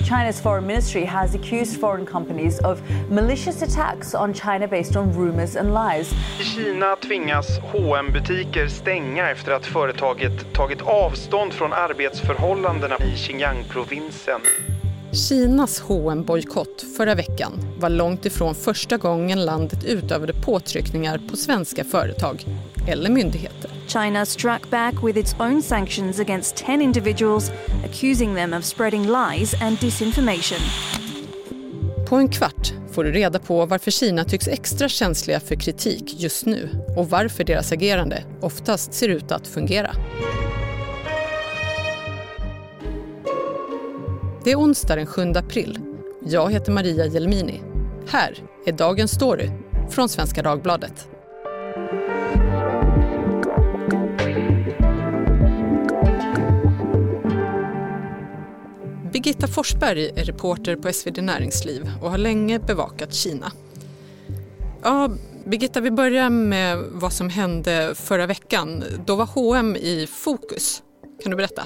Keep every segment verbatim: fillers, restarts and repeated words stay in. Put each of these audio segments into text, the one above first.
China's foreign ministry has accused foreign companies of malicious attacks on China based on rumors and lies. I Kina tvingas H och M-butiker stänga efter att företaget tagit avstånd från arbetsförhållandena i Xinjiang-provinsen. Kinas H och M-bojkott förra veckan var långt ifrån första gången landet utövade påtryckningar på svenska företag eller myndigheter. China struck back with its own sanctions against ten individuals, accusing them of spreading lies and disinformation. På en kvart får du reda på varför Kina tycks extra känsliga för kritik just nu och varför deras agerande oftast ser ut att fungera. Det är onsdag den sjunde april. Jag heter Maria Jelmini. Här är dagens story från Svenska Dagbladet. Birgitta Forsberg är reporter på S V D Näringsliv och har länge bevakat Kina. Ja, Birgitta, vi börjar med vad som hände förra veckan. Då var H och M i fokus. Kan du berätta?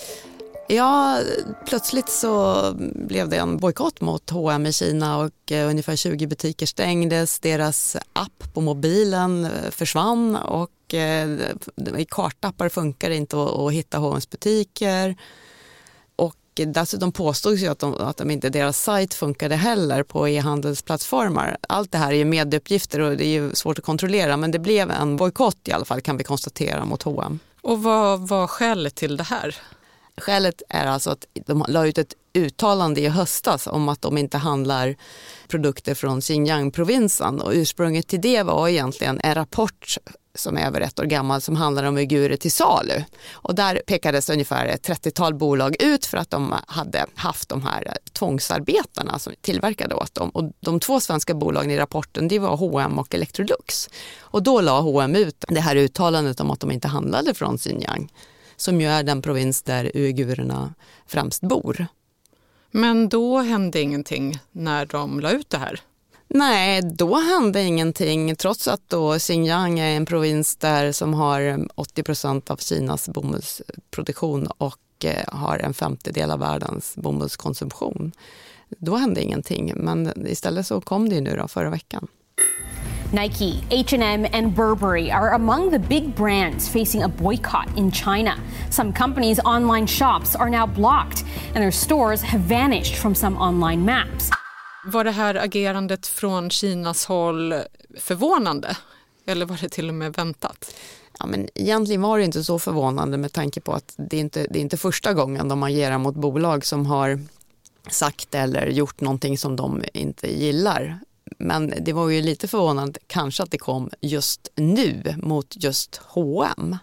Ja, plötsligt så blev det en bojkott mot H och M i Kina och eh, ungefär tjugo butiker stängdes. Deras app på mobilen försvann och eh, i kartappar funkar det inte att, att hitta H och M's butiker. Och dessutom påstås ju att, de, att de inte, deras sajt funkade heller på e-handelsplattformar. Allt det här är ju medieuppgifter och det är ju svårt att kontrollera, men det blev en bojkott i alla fall, kan vi konstatera, mot H och M. Och vad var skälet till det här? Skälet är alltså att de la ut ett uttalande i höstas om att de inte handlar produkter från Xinjiang-provinsen. Och ursprunget till det var egentligen en rapport som är över ett år gammal som handlar om uigurer till salu. Och där pekades ungefär ett trettiotal bolag ut för att de hade haft de här tvångsarbetarna som tillverkade åt dem. Och de två svenska bolagen i rapporten, det var H och M och Electrolux. Och då la H och M ut det här uttalandet om att de inte handlade från Xinjiang, som ju är den provins där uigurerna främst bor. Men då hände ingenting när de la ut det här? Nej, då hände ingenting, trots att då Xinjiang är en provins där som har åttio procent av Kinas bomullsproduktion och har en femtedel av världens bomullskonsumtion. Då hände ingenting, men istället så kom det nu då förra veckan. Nike, H and M and Burberry are among the big brands facing a boycott in China. Some companies' online shops are now blocked and their stores have vanished from some online maps. Var det här agerandet från Kinas håll förvånande? Eller var det till och med väntat? Ja, men egentligen var det inte så förvånande med tanke på att det inte det är inte första gången de agerar mot bolag som har sagt eller gjort någonting som de inte gillar. Men det var ju lite förvånande kanske att det kom just nu mot just H och M.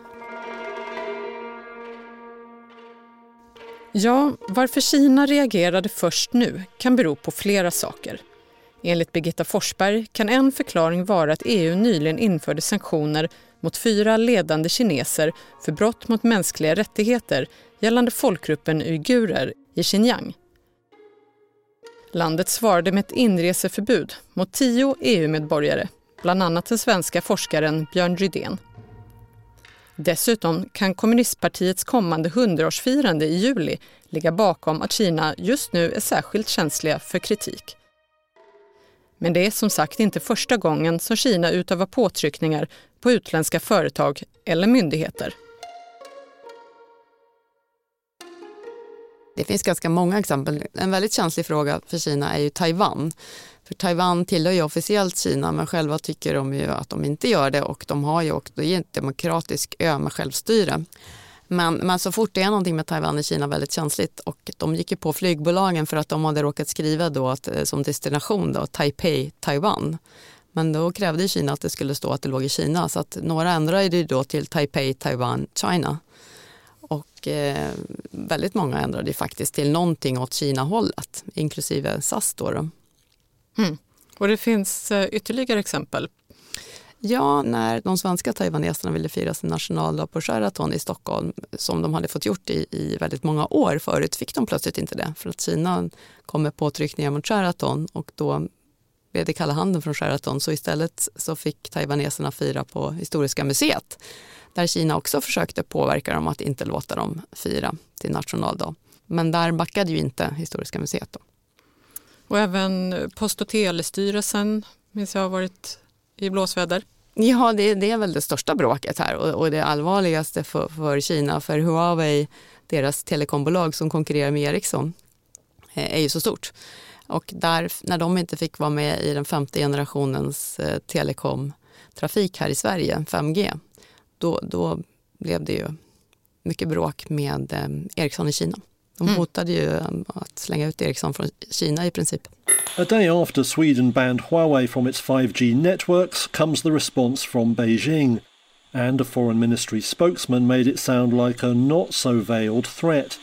Ja, varför Kina reagerade först nu kan bero på flera saker. Enligt Birgitta Forsberg kan en förklaring vara att E U nyligen införde sanktioner mot fyra ledande kineser för brott mot mänskliga rättigheter gällande folkgruppen uigurer i Xinjiang. Landet svarade med ett inreseförbud mot tio E U-medborgare, bland annat den svenska forskaren Björn Rydén. Dessutom kan kommunistpartiets kommande hundraårsfirande i juli ligga bakom att Kina just nu är särskilt känsliga för kritik. Men det är som sagt inte första gången som Kina utövar påtryckningar på utländska företag eller myndigheter. Det finns ganska många exempel. En väldigt känslig fråga för Kina är ju Taiwan. För Taiwan tillhör ju officiellt Kina, men själva tycker de ju att de inte gör det, och de har ju också, det är en demokratisk ö med självstyre. Men, men så fort det är någonting med Taiwan i Kina väldigt känsligt, och de gick ju på flygbolagen för att de hade råkat skriva då att, som destination då, Taipei, Taiwan. Men då krävde Kina att det skulle stå att det låg i Kina, så att några ändrade det då till Taipei, Taiwan, China. Och eh, väldigt många ändrade faktiskt till någonting åt Kina-hållet, inklusive S A S då. då. Mm. Och det finns eh, ytterligare exempel? Ja, när de svenska taiwaneserna ville fira sin nationaldag på Sheraton i Stockholm, som de hade fått gjort i, i väldigt många år förut, fick de plötsligt inte det. För att Kina kom med påtryckningar mot Sheraton, och då blev det kalla handen från Sheraton. Så istället så fick taiwaneserna fira på Historiska museet, där Kina också försökte påverka dem att inte låta dem fira till nationaldag. Men där backade ju inte Historiska museet då. Och även Post- och telestyrelsen minns jag har varit i blåsväder. Ja, det, det är väl det största bråket här och, och det allvarligaste för, för Kina. För Huawei, deras telekombolag som konkurrerar med Ericsson, är ju så stort. Och där, när de inte fick vara med i den femte generationens eh, telekomtrafik här i Sverige, fem G, då, då blev det ju mycket bråk med eh, Ericsson i Kina. De hotade ju um, att slänga ut Ericsson från Kina i princip. A day after Sweden banned Huawei from its five G networks comes the response from Beijing. And a foreign ministry spokesman made it sound like a not so veiled threat.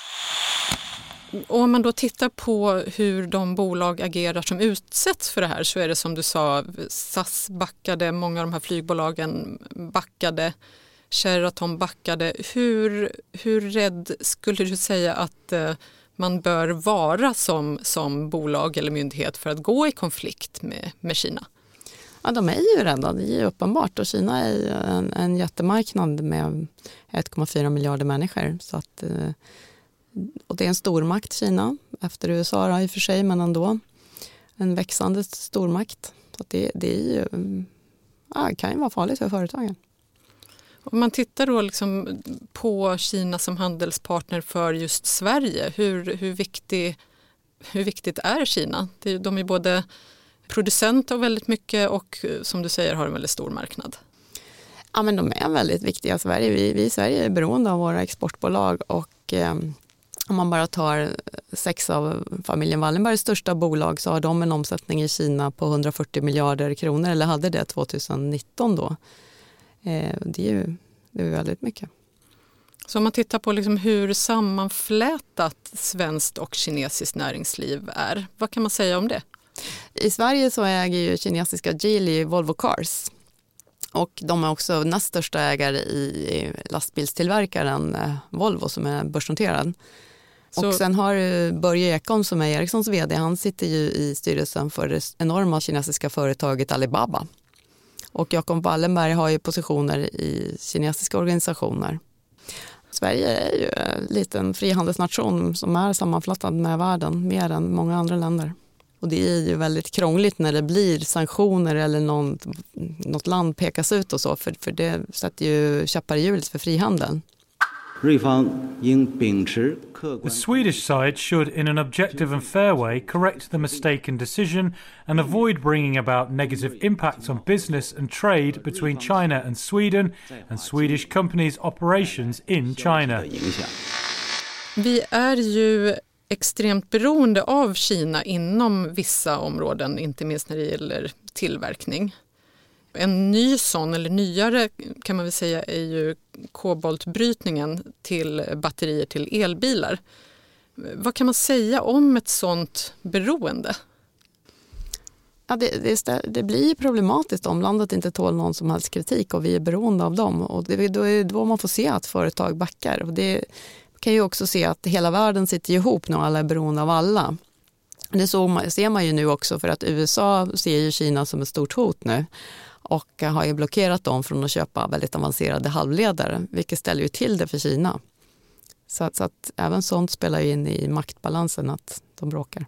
Och om man då tittar på hur de bolag agerar som utsätts för det här, så är det som du sa, S A S backade, många av de här flygbolagen backade, Sheraton backade. Hur, hur rädd skulle du säga att eh, man bör vara som, som bolag eller myndighet för att gå i konflikt med, med Kina? Ja, de är ju rädda, det är ju uppenbart. Och Kina är ju en, en jättemarknad med ett komma fyra miljarder människor. Så att, och det är en stormakt, Kina, efter U S A i och för sig, men ändå en växande stormakt. Så att det, det är ju, ja, det kan ju vara farligt för företagen. Om man tittar då liksom på Kina som handelspartner för just Sverige, hur, hur, viktig, hur viktigt är Kina? De är både producent av väldigt mycket och som du säger har en väldigt stor marknad. Ja, men de är väldigt viktiga i Sverige. Vi, vi i Sverige är beroende av våra exportbolag och eh, om man bara tar sex av familjen Wallenbergs största bolag så har de en omsättning i Kina på hundrafyrtio miljarder kronor, eller hade det tjugonitton då. Eh, det är ju det är väldigt mycket. Så om man tittar på liksom hur sammanflätat svenskt och kinesiskt näringsliv är, vad kan man säga om det? I Sverige så äger ju kinesiska Geely Volvo Cars och de är också näst största ägare i lastbilstillverkaren Volvo som är börsnoterad. Så... Och sen har Börje Ekholm som är Ericssons vd, han sitter ju i styrelsen för det enorma kinesiska företaget Alibaba. Och Jakob Wallenberg har ju positioner i kinesiska organisationer. Sverige är ju en liten frihandelsnation som är sammanflätad med världen mer än många andra länder. Och det är ju väldigt krångligt när det blir sanktioner eller någon, något land pekas ut och så. För, för det sätter ju käppar i hjulet för frihandeln. The Swedish side should, in an objective and fair way, correct the mistaken decision and avoid bringing about negative impacts on business and trade between China and Sweden and Swedish companies' operations in China. Vi är ju extremt beroende av Kina inom vissa områden, inte minst när det gäller tillverkning. En ny sån, eller nyare kan man väl säga, är ju koboltbrytningen till batterier till elbilar. Vad kan man säga om ett sånt beroende? Ja, det, det, det blir problematiskt om landet inte tål någon som helst kritik och vi är beroende av dem. Och det, då är då man får se att företag backar. Och det kan ju också se att hela världen sitter ihop när alla är beroende av alla. Det så ser man ju nu också, för att U S A ser ju Kina som ett stort hot nu. Och har ju blockerat dem från att köpa väldigt avancerade halvledare, vilket ställer ju till det för Kina. Så att, så att även sånt spelar in i maktbalansen, att de bråkar.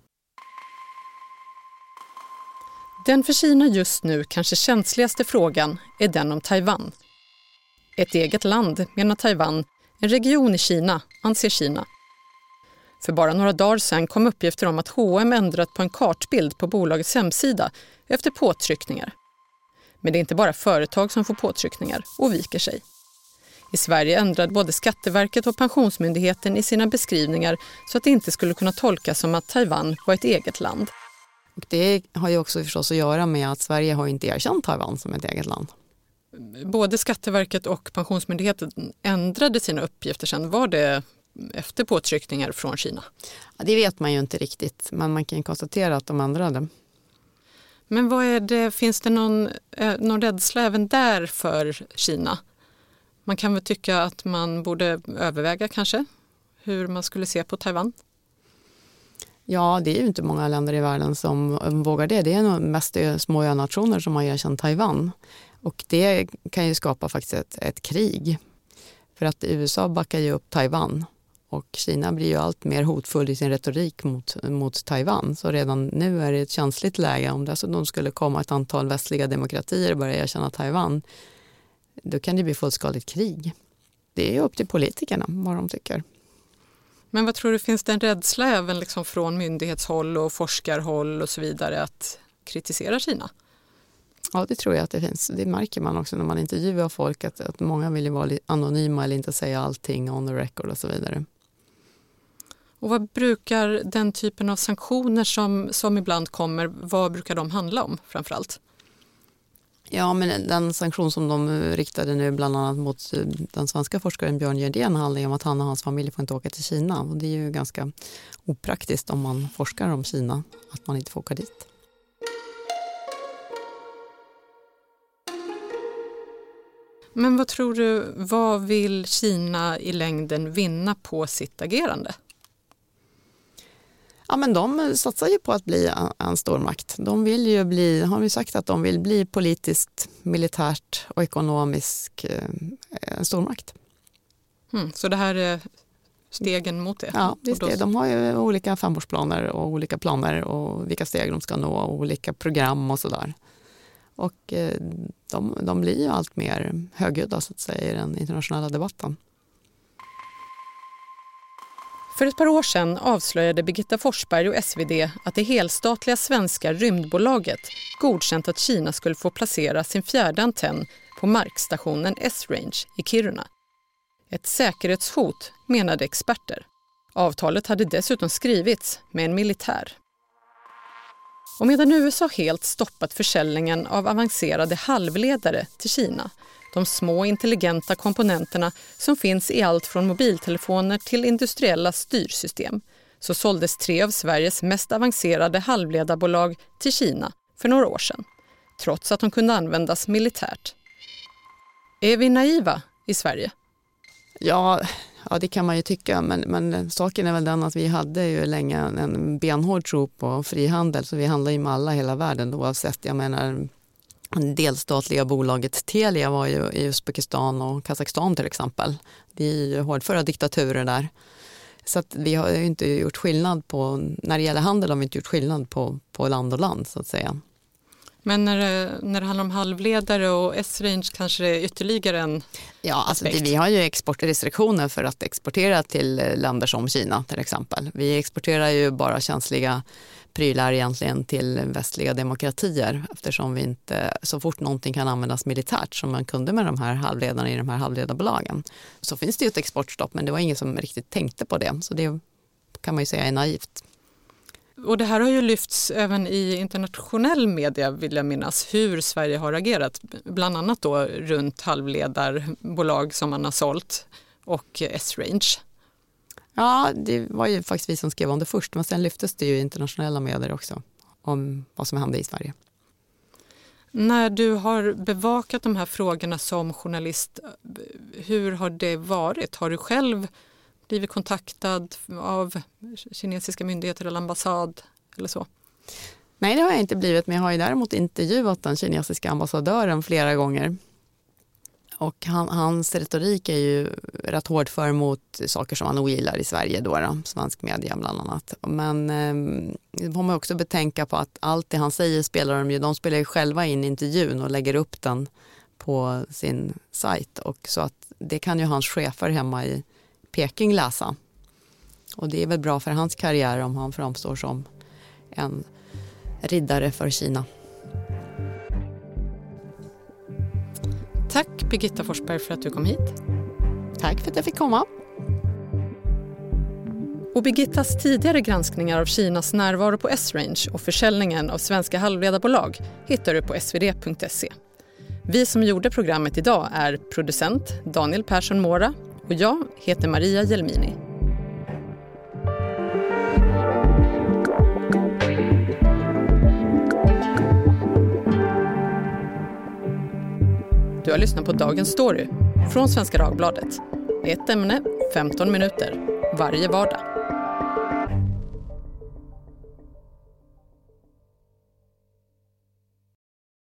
Den för Kina just nu kanske känsligaste frågan är den om Taiwan. Ett eget land, menar Taiwan, en region i Kina, anser Kina. För bara några dagar sedan kom uppgifter om att H och M ändrat på en kartbild på bolagets hemsida efter påtryckningar. Men det är inte bara företag som får påtryckningar och viker sig. I Sverige ändrade både Skatteverket och Pensionsmyndigheten i sina beskrivningar så att det inte skulle kunna tolkas som att Taiwan var ett eget land. Och det har ju också förstås att göra med att Sverige har inte erkänt Taiwan som ett eget land. Både Skatteverket och Pensionsmyndigheten ändrade sina uppgifter sen. Var det efter påtryckningar från Kina? Ja, det vet man ju inte riktigt, men man kan konstatera att de ändrade. Men vad är det, finns det någon, någon rädsla även där för Kina? Man kan väl tycka att man borde överväga kanske hur man skulle se på Taiwan? Ja, det är ju inte många länder i världen som vågar det. Det är nog mest små önationer som har erkänt Taiwan. Och det kan ju skapa faktiskt ett, ett krig. För att U S A backar ju upp Taiwan. Och Kina blir ju allt mer hotfull i sin retorik mot, mot Taiwan. Så redan nu är det ett känsligt läge. Om dessutom skulle komma ett antal västliga demokratier och börja erkänna Taiwan, då kan det bli fullskaligt krig. Det är upp till politikerna vad de tycker. Men vad tror du, finns det en rädsla även liksom från myndighetshåll och forskarhåll och så vidare att kritisera Kina? Ja, det tror jag att det finns. Det märker man också när man intervjuar folk, att, att många vill ju vara anonyma eller inte säga allting on the record och så vidare. Och vad brukar den typen av sanktioner som, som ibland kommer, vad brukar de handla om framförallt? Ja, men den sanktion som de riktade nu bland annat mot den svenska forskaren Björn Gerdén handlar om att han och hans familj får inte åka till Kina. Och det är ju ganska opraktiskt om man forskar om Kina, att man inte får åka dit. Men vad tror du, vad vill Kina i längden vinna på sitt agerande? Ja, men de satsar ju på att bli en stormakt. De vill ju bli, har ju sagt att de vill bli politiskt, militärt och ekonomiskt en stormakt. Mm, så det här är stegen mot det? Ja, det är då... det. De har ju olika femårsplaner och olika planer och vilka steg de ska nå och olika program och sådär. Och de, de blir ju allt mer högljudda så att säga i den internationella debatten. För ett par år sedan avslöjade Birgitta Forsberg och S V D att det helstatliga svenska rymdbolaget godkänt att Kina skulle få placera sin fjärde antenn på markstationen S-Range i Kiruna. Ett säkerhetshot, menade experter. Avtalet hade dessutom skrivits med en militär. Och medan U S A helt stoppat försäljningen av avancerade halvledare till Kina, de små intelligenta komponenterna som finns i allt från mobiltelefoner till industriella styrsystem, så såldes tre av Sveriges mest avancerade halvledarbolag till Kina för några år sedan, trots att de kunde användas militärt. Är vi naiva i Sverige? Ja, ja det kan man ju tycka, men, men saken är väl den att vi hade ju länge en benhård tro på frihandel, så vi handlar ju med alla i hela världen oavsett. Jag menar, delstatliga bolaget Telia var ju i Uzbekistan och Kazakstan till exempel. Det är ju hårdföra diktaturer där. Så att vi har ju inte gjort skillnad på, när det gäller handel har vi inte gjort skillnad på, på land och land så att säga. Men när det, när det handlar om halvledare och S-range kanske det är ytterligare en Ja, alltså det, vi har ju exportrestriktioner för att exportera till länder som Kina till exempel. Vi exporterar ju bara känsliga prylar egentligen till västliga demokratier eftersom vi inte, så fort någonting kan användas militärt som man kunde med de här halvledarna i de här halvledarbolagen, så finns det ju ett exportstopp, men det var ingen som riktigt tänkte på det. Så det kan man ju säga är naivt. Och det här har ju lyfts även i internationell media, vill jag minnas, hur Sverige har agerat. Bland annat då runt halvledarbolag som man har sålt och S-Range. Ja, det var ju faktiskt vi som skrev om det först, men sen lyftes det ju i internationella medier också om vad som hände i Sverige. När du har bevakat de här frågorna som journalist, hur har det varit? Har du själv blivit kontaktad av kinesiska myndigheter eller ambassad eller så? Nej, det har jag inte blivit, men jag har ju däremot intervjuat den kinesiska ambassadören flera gånger. Och han, hans retorik är ju rätt hård för mot saker som han ogillar i Sverige då, då svensk media bland annat. Men eh, det får man också betänka på att allt det han säger spelar de ju, de spelar ju själva in intervjun och lägger upp den på sin sajt. Och så att det kan ju hans chefer hemma i Peking läsa. Och det är väl bra för hans karriär om han framstår som en riddare för Kina. Tack Birgitta Forsberg för att du kom hit. Tack för att jag fick komma. Och Birgittas tidigare granskningar av Kinas närvaro på S-Range och försäljningen av svenska halvledarbolag hittar du på s v d punkt se. Vi som gjorde programmet idag är producent Daniel Persson Mora och jag heter Maria Jelmini. Du har lyssnat på Dagens Story från Svenska Dagbladet. Ett ämne, femton minuter, varje vardag.